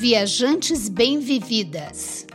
Viajantes Bem-Vividas.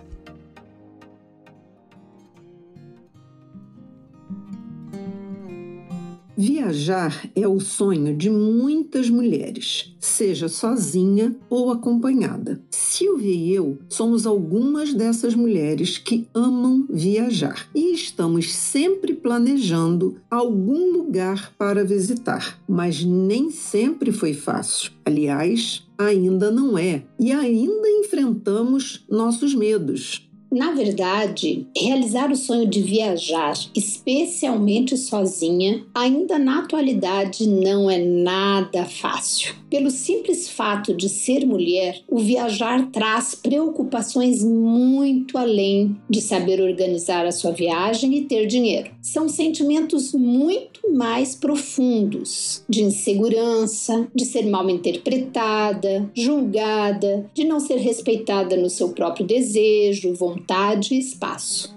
Viajar é o sonho de muitas mulheres, seja sozinha ou acompanhada. Silvia e eu somos algumas dessas mulheres que amam viajar e estamos sempre planejando algum lugar para visitar, mas nem sempre foi fácil. Aliás, ainda não é, e ainda enfrentamos nossos medos. Na verdade, realizar o sonho de viajar, especialmente sozinha, ainda na atualidade não é nada fácil. Pelo simples fato de ser mulher, o viajar traz preocupações muito além de saber organizar a sua viagem e ter dinheiro. São sentimentos muito mais profundos, de insegurança, de ser mal interpretada, julgada, de não ser respeitada no seu próprio desejo, vontade e espaço.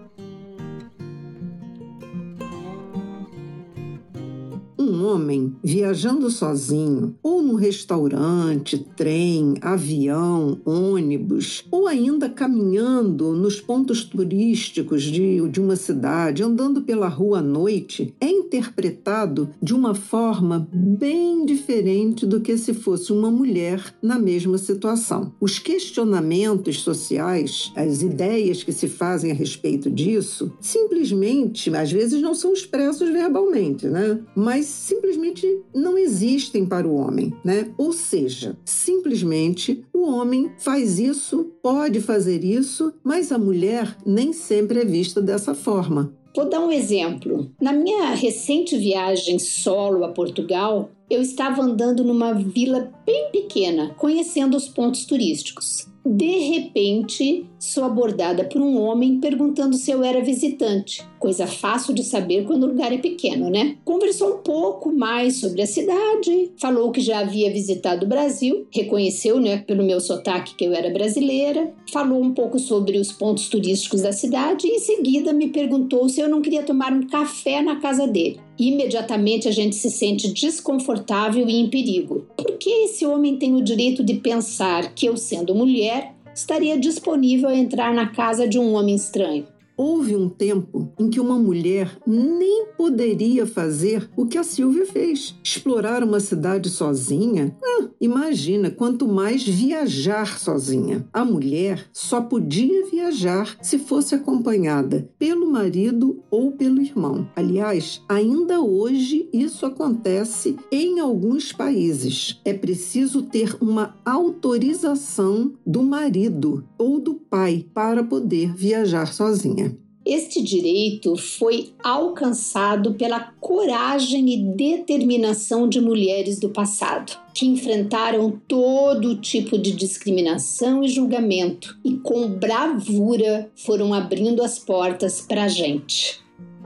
Um homem viajando sozinho, ou num restaurante, trem, avião, ônibus, ou ainda caminhando nos pontos turísticos de uma cidade, andando pela rua à noite, é interpretado de uma forma bem diferente do que se fosse uma mulher na mesma situação. Os questionamentos sociais, as ideias que se fazem a respeito disso, simplesmente, às vezes não são expressos verbalmente, né? Mas simplesmente não existem para o homem, né? Ou seja, simplesmente o homem faz isso, pode fazer isso, mas a mulher nem sempre é vista dessa forma. Vou dar um exemplo. Na minha recente viagem solo a Portugal, eu estava andando numa vila bem pequena, conhecendo os pontos turísticos. De repente, sou abordada por um homem perguntando se eu era visitante. Coisa fácil de saber quando o lugar é pequeno, né? Conversou um pouco mais sobre a cidade, falou que já havia visitado o Brasil, reconheceu, né, pelo meu sotaque que eu era brasileira, falou um pouco sobre os pontos turísticos da cidade e em seguida me perguntou se eu não queria tomar um café na casa dele. Imediatamente a gente se sente desconfortável e em perigo. Por que esse homem tem o direito de pensar que eu, sendo mulher, estaria disponível a entrar na casa de um homem estranho? Houve um tempo em que uma mulher nem poderia fazer o que a Silvia fez. Explorar uma cidade sozinha? Imagina, quanto mais viajar sozinha. A mulher só podia viajar se fosse acompanhada pelo marido ou pelo irmão. Aliás, ainda hoje isso acontece em alguns países. É preciso ter uma autorização do marido ou do pai para poder viajar sozinha. Este direito foi alcançado pela coragem e determinação de mulheres do passado, que enfrentaram todo tipo de discriminação e julgamento e com bravura foram abrindo as portas para a gente.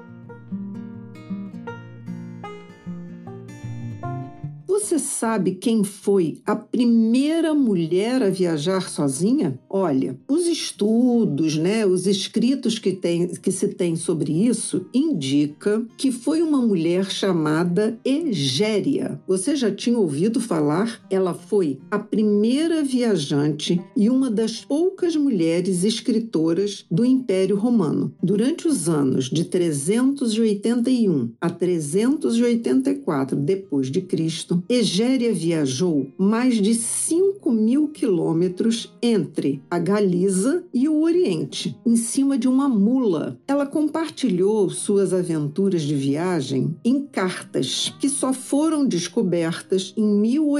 Você sabe quem foi a primeira mulher a viajar sozinha? Olha, os estudos, né, os escritos que se tem sobre isso indica que foi uma mulher chamada Egéria. Você já tinha ouvido falar? Ela foi a primeira viajante e uma das poucas mulheres escritoras do Império Romano. Durante os anos de 381 a 384 depois de Cristo, Egéria viajou mais de 5.000 quilômetros entre a Galiza e o Oriente, em cima de uma mula. Ela compartilhou suas aventuras de viagem em cartas, que só foram descobertas em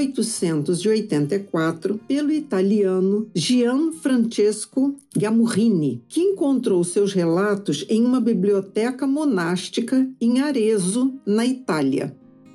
1884 pelo italiano Gianfrancesco Gamurrini, que encontrou seus relatos em uma biblioteca monástica em Arezzo, na Itália.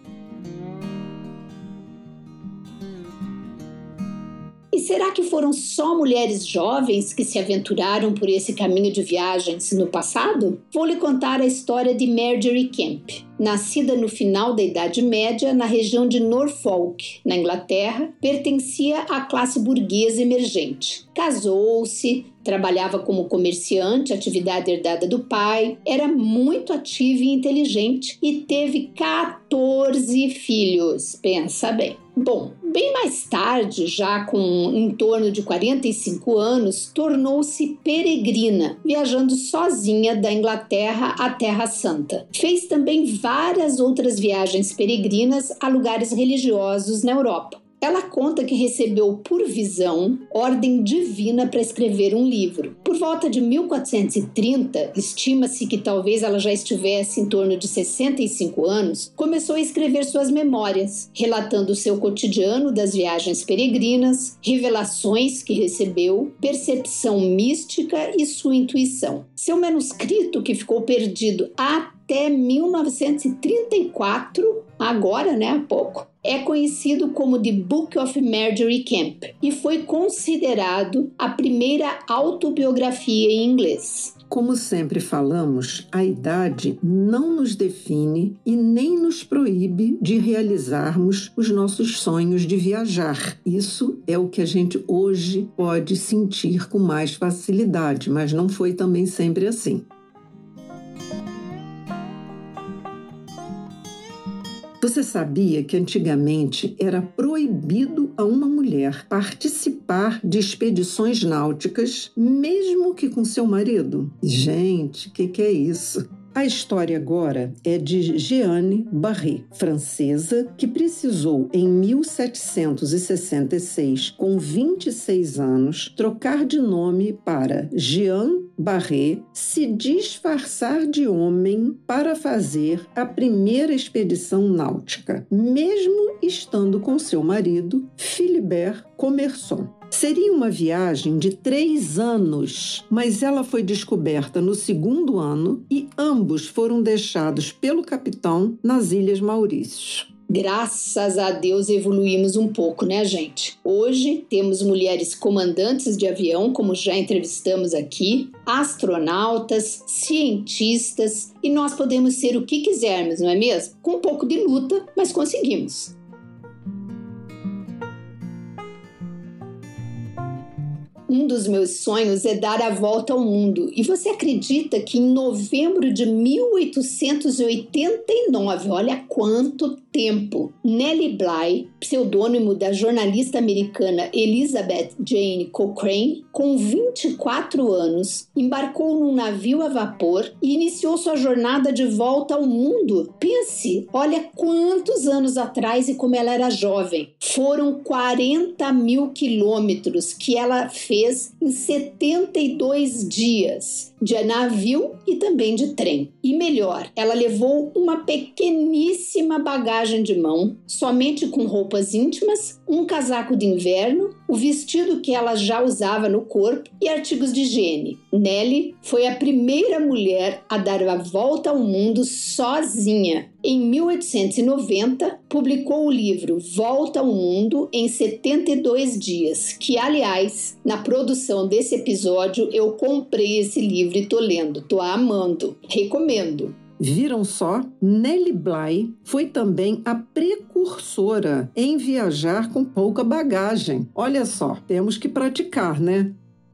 E será que foram só mulheres jovens que se aventuraram por esse caminho de viagens no passado? Vou lhe contar a história de Margery Kemp. Nascida no final da Idade Média, na região de Norfolk, na Inglaterra, pertencia à classe burguesa emergente. Casou-se, trabalhava como comerciante, atividade herdada do pai, era muito ativa e inteligente e teve 14 filhos. Pensa bem. Bom, Bem mais tarde, já com em torno de 45 anos, tornou-se peregrina, viajando sozinha da Inglaterra à Terra Santa. Fez também várias outras viagens peregrinas a lugares religiosos na Europa. Ela conta que recebeu por visão ordem divina para escrever um livro. Por volta de 1430, estima-se que talvez ela já estivesse em torno de 65 anos, começou a escrever suas memórias, relatando o seu cotidiano das viagens peregrinas, revelações que recebeu, percepção mística e sua intuição. Seu manuscrito, que ficou perdido até 1934, agora, há pouco, é conhecido como The Book of Margery Kempe e foi considerado a primeira autobiografia em inglês. Como sempre falamos, a idade não nos define e nem nos proíbe de realizarmos os nossos sonhos de viajar. Isso é o que a gente hoje pode sentir com mais facilidade, mas não foi também sempre assim. Você sabia que antigamente era proibido a uma mulher participar de expedições náuticas, mesmo que com seu marido? Gente, o que é isso? A história agora é de Jeanne Barré, francesa, que precisou, em 1766, com 26 anos, trocar de nome para Jeanne Barré, se disfarçar de homem para fazer a primeira expedição náutica, mesmo estando com seu marido, Philibert Commerson. Seria uma viagem de 3 anos, mas ela foi descoberta no 2º ano e ambos foram deixados pelo capitão nas Ilhas Maurícios. Graças a Deus evoluímos um pouco, né, gente? Hoje temos mulheres comandantes de avião, como já entrevistamos aqui, astronautas, cientistas, e nós podemos ser o que quisermos, não é mesmo? Com um pouco de luta, mas conseguimos. Um dos meus sonhos é dar a volta ao mundo. E você acredita que em novembro de 1889, olha quanto tempo, Nellie Bly, pseudônimo da jornalista americana Elizabeth Jane Cochrane, com 24 anos, embarcou num navio a vapor e iniciou sua jornada de volta ao mundo. Pense, olha quantos anos atrás e como ela era jovem. Foram 40 mil quilômetros que ela fez em 72 dias, de navio e também de trem. E melhor, ela levou uma pequeníssima bagagem de mão, somente com roupas íntimas, um casaco de inverno, o vestido que ela já usava no corpo e artigos de higiene. Nellie foi a primeira mulher a dar a volta ao mundo sozinha. Em 1890, publicou o livro Volta ao Mundo em 72 dias, que, aliás, na produção desse episódio, eu comprei esse livro e tô lendo, tô amando, recomendo. Viram só? Nellie Bly foi também a precursora em viajar com pouca bagagem. Olha só, temos que praticar, né?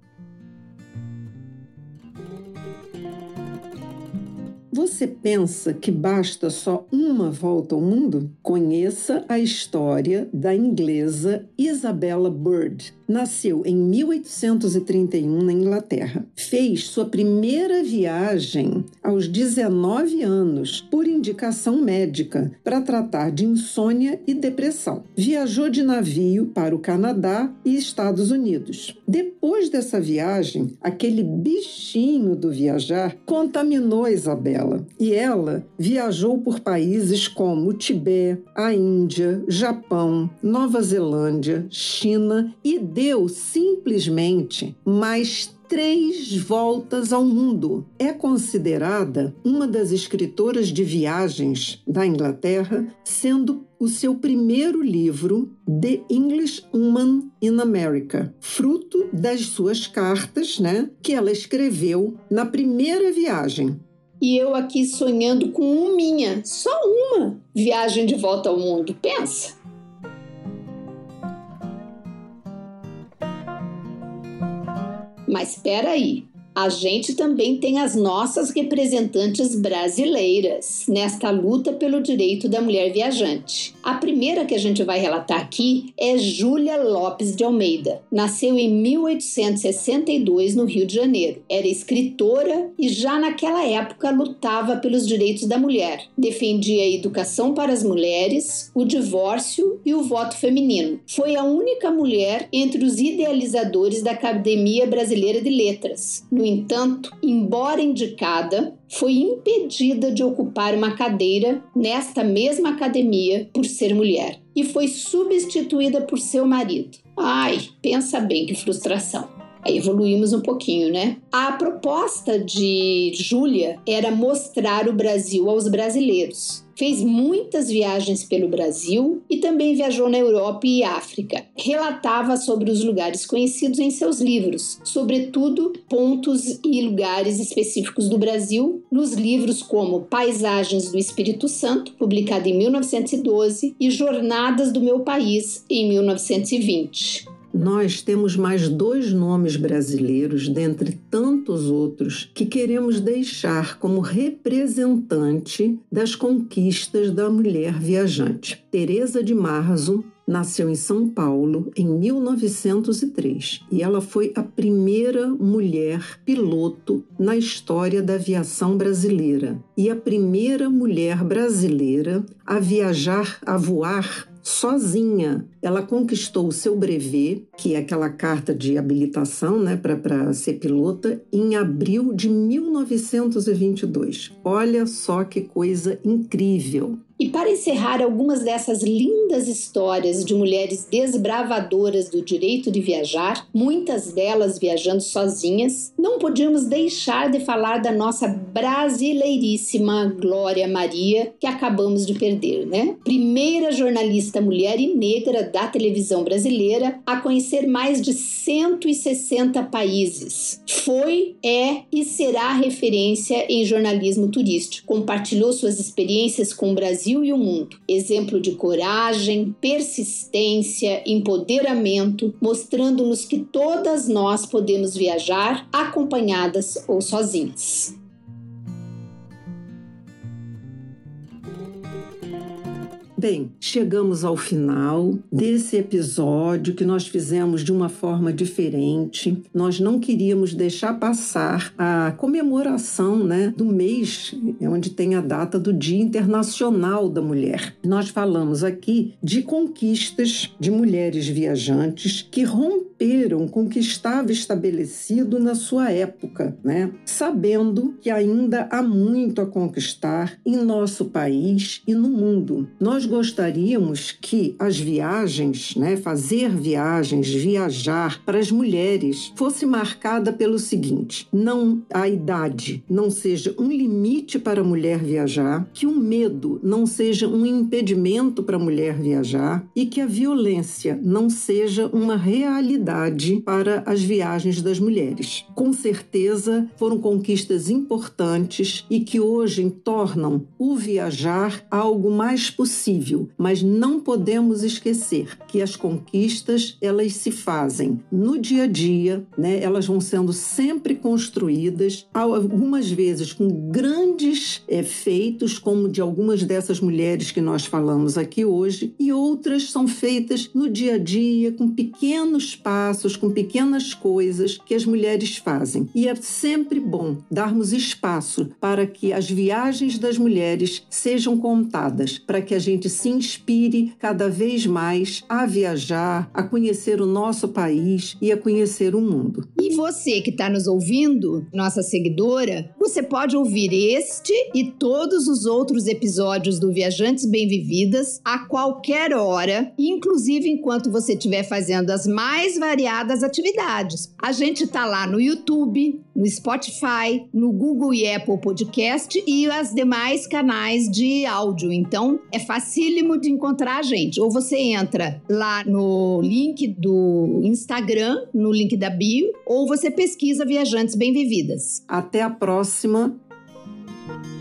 Você pensa que basta só uma volta ao mundo? Conheça a história da inglesa Isabella Bird. Nasceu em 1831 na Inglaterra. Fez sua primeira viagem aos 19 anos, por indicação médica, para tratar de insônia e depressão. Viajou de navio para o Canadá e Estados Unidos. Depois dessa viagem, aquele bichinho do viajar contaminou Isabella e ela viajou por países como o Tibete, a Índia, Japão, Nova Zelândia, China e deu simplesmente mais 3 voltas ao mundo. É considerada uma das escritoras de viagens da Inglaterra, sendo o seu primeiro livro, The English Woman in America, fruto das suas cartas, que ela escreveu na primeira viagem. E eu aqui sonhando com só uma viagem de volta ao mundo, pensa! Mas espera aí, a gente também tem as nossas representantes brasileiras nesta luta pelo direito da mulher viajante. A primeira que a gente vai relatar aqui é Júlia Lopes de Almeida. Nasceu em 1862 no Rio de Janeiro. Era escritora e já naquela época lutava pelos direitos da mulher. Defendia a educação para as mulheres, o divórcio e o voto feminino. Foi a única mulher entre os idealizadores da Academia Brasileira de Letras. No entanto, embora indicada, foi impedida de ocupar uma cadeira nesta mesma academia por ser mulher e foi substituída por seu marido. Ai, pensa bem que frustração. Aí evoluímos um pouquinho, né? A proposta de Júlia era mostrar o Brasil aos brasileiros. Fez muitas viagens pelo Brasil e também viajou na Europa e África. Relatava sobre os lugares conhecidos em seus livros, sobretudo pontos e lugares específicos do Brasil, nos livros como Paisagens do Espírito Santo, publicado em 1912, e Jornadas do Meu País, em 1920. Nós temos mais 2 nomes brasileiros, dentre tantos outros, que queremos deixar como representante das conquistas da mulher viajante. Teresa de Marzo nasceu em São Paulo em 1903 e ela foi a primeira mulher piloto na história da aviação brasileira e a primeira mulher brasileira a viajar, a voar sozinha. Ela conquistou o seu brevet, que é aquela carta de habilitação, né, para ser pilota, em abril de 1922. Olha só que coisa incrível! E para encerrar algumas dessas lindas histórias de mulheres desbravadoras do direito de viajar, muitas delas viajando sozinhas, não podíamos deixar de falar da nossa brasileiríssima Glória Maria, que acabamos de perder, né? Primeira jornalista mulher e negra da televisão brasileira a conhecer mais de 160 países. Foi, é e será referência em jornalismo turístico. Compartilhou suas experiências com o Brasil e o mundo. Exemplo de coragem, persistência, empoderamento, mostrando-nos que todas nós podemos viajar acompanhadas ou sozinhas. Bem, chegamos ao final desse episódio que nós fizemos de uma forma diferente. Nós não queríamos deixar passar a comemoração, né, do mês, onde tem a data do Dia Internacional da Mulher. Nós falamos aqui de conquistas de mulheres viajantes que romperam com o que estava estabelecido na sua época, né? Sabendo que ainda há muito a conquistar em nosso país e no mundo. Nós gostaríamos que as viagens, né, fazer viagens, viajar para as mulheres fosse marcada pelo seguinte: não a idade não seja um limite para a mulher viajar, que o medo não seja um impedimento para a mulher viajar e que a violência não seja uma realidade para as viagens das mulheres. Com certeza foram conquistas importantes e que hoje tornam o viajar algo mais possível. Mas não podemos esquecer que as conquistas, elas se fazem no dia a dia, né? Elas vão sendo sempre construídas, algumas vezes com grandes feitos, como de algumas dessas mulheres que nós falamos aqui hoje, e outras são feitas no dia a dia, com pequenos passos, com pequenas coisas que as mulheres fazem. E é sempre bom darmos espaço para que as viagens das mulheres sejam contadas, para que a gente se inspire cada vez mais a viajar, a conhecer o nosso país e a conhecer o mundo. E você que está nos ouvindo, nossa seguidora, você pode ouvir este e todos os outros episódios do Viajantes Bem-Vividas a qualquer hora, inclusive enquanto você estiver fazendo as mais variadas atividades. A gente está lá no YouTube, no Spotify, no Google e Apple Podcast e os demais canais de áudio. Então, é facílimo de encontrar a gente. Ou você entra lá no link do Instagram, no link da bio, ou você pesquisa Viajantes Bem-Vividas. Até a próxima!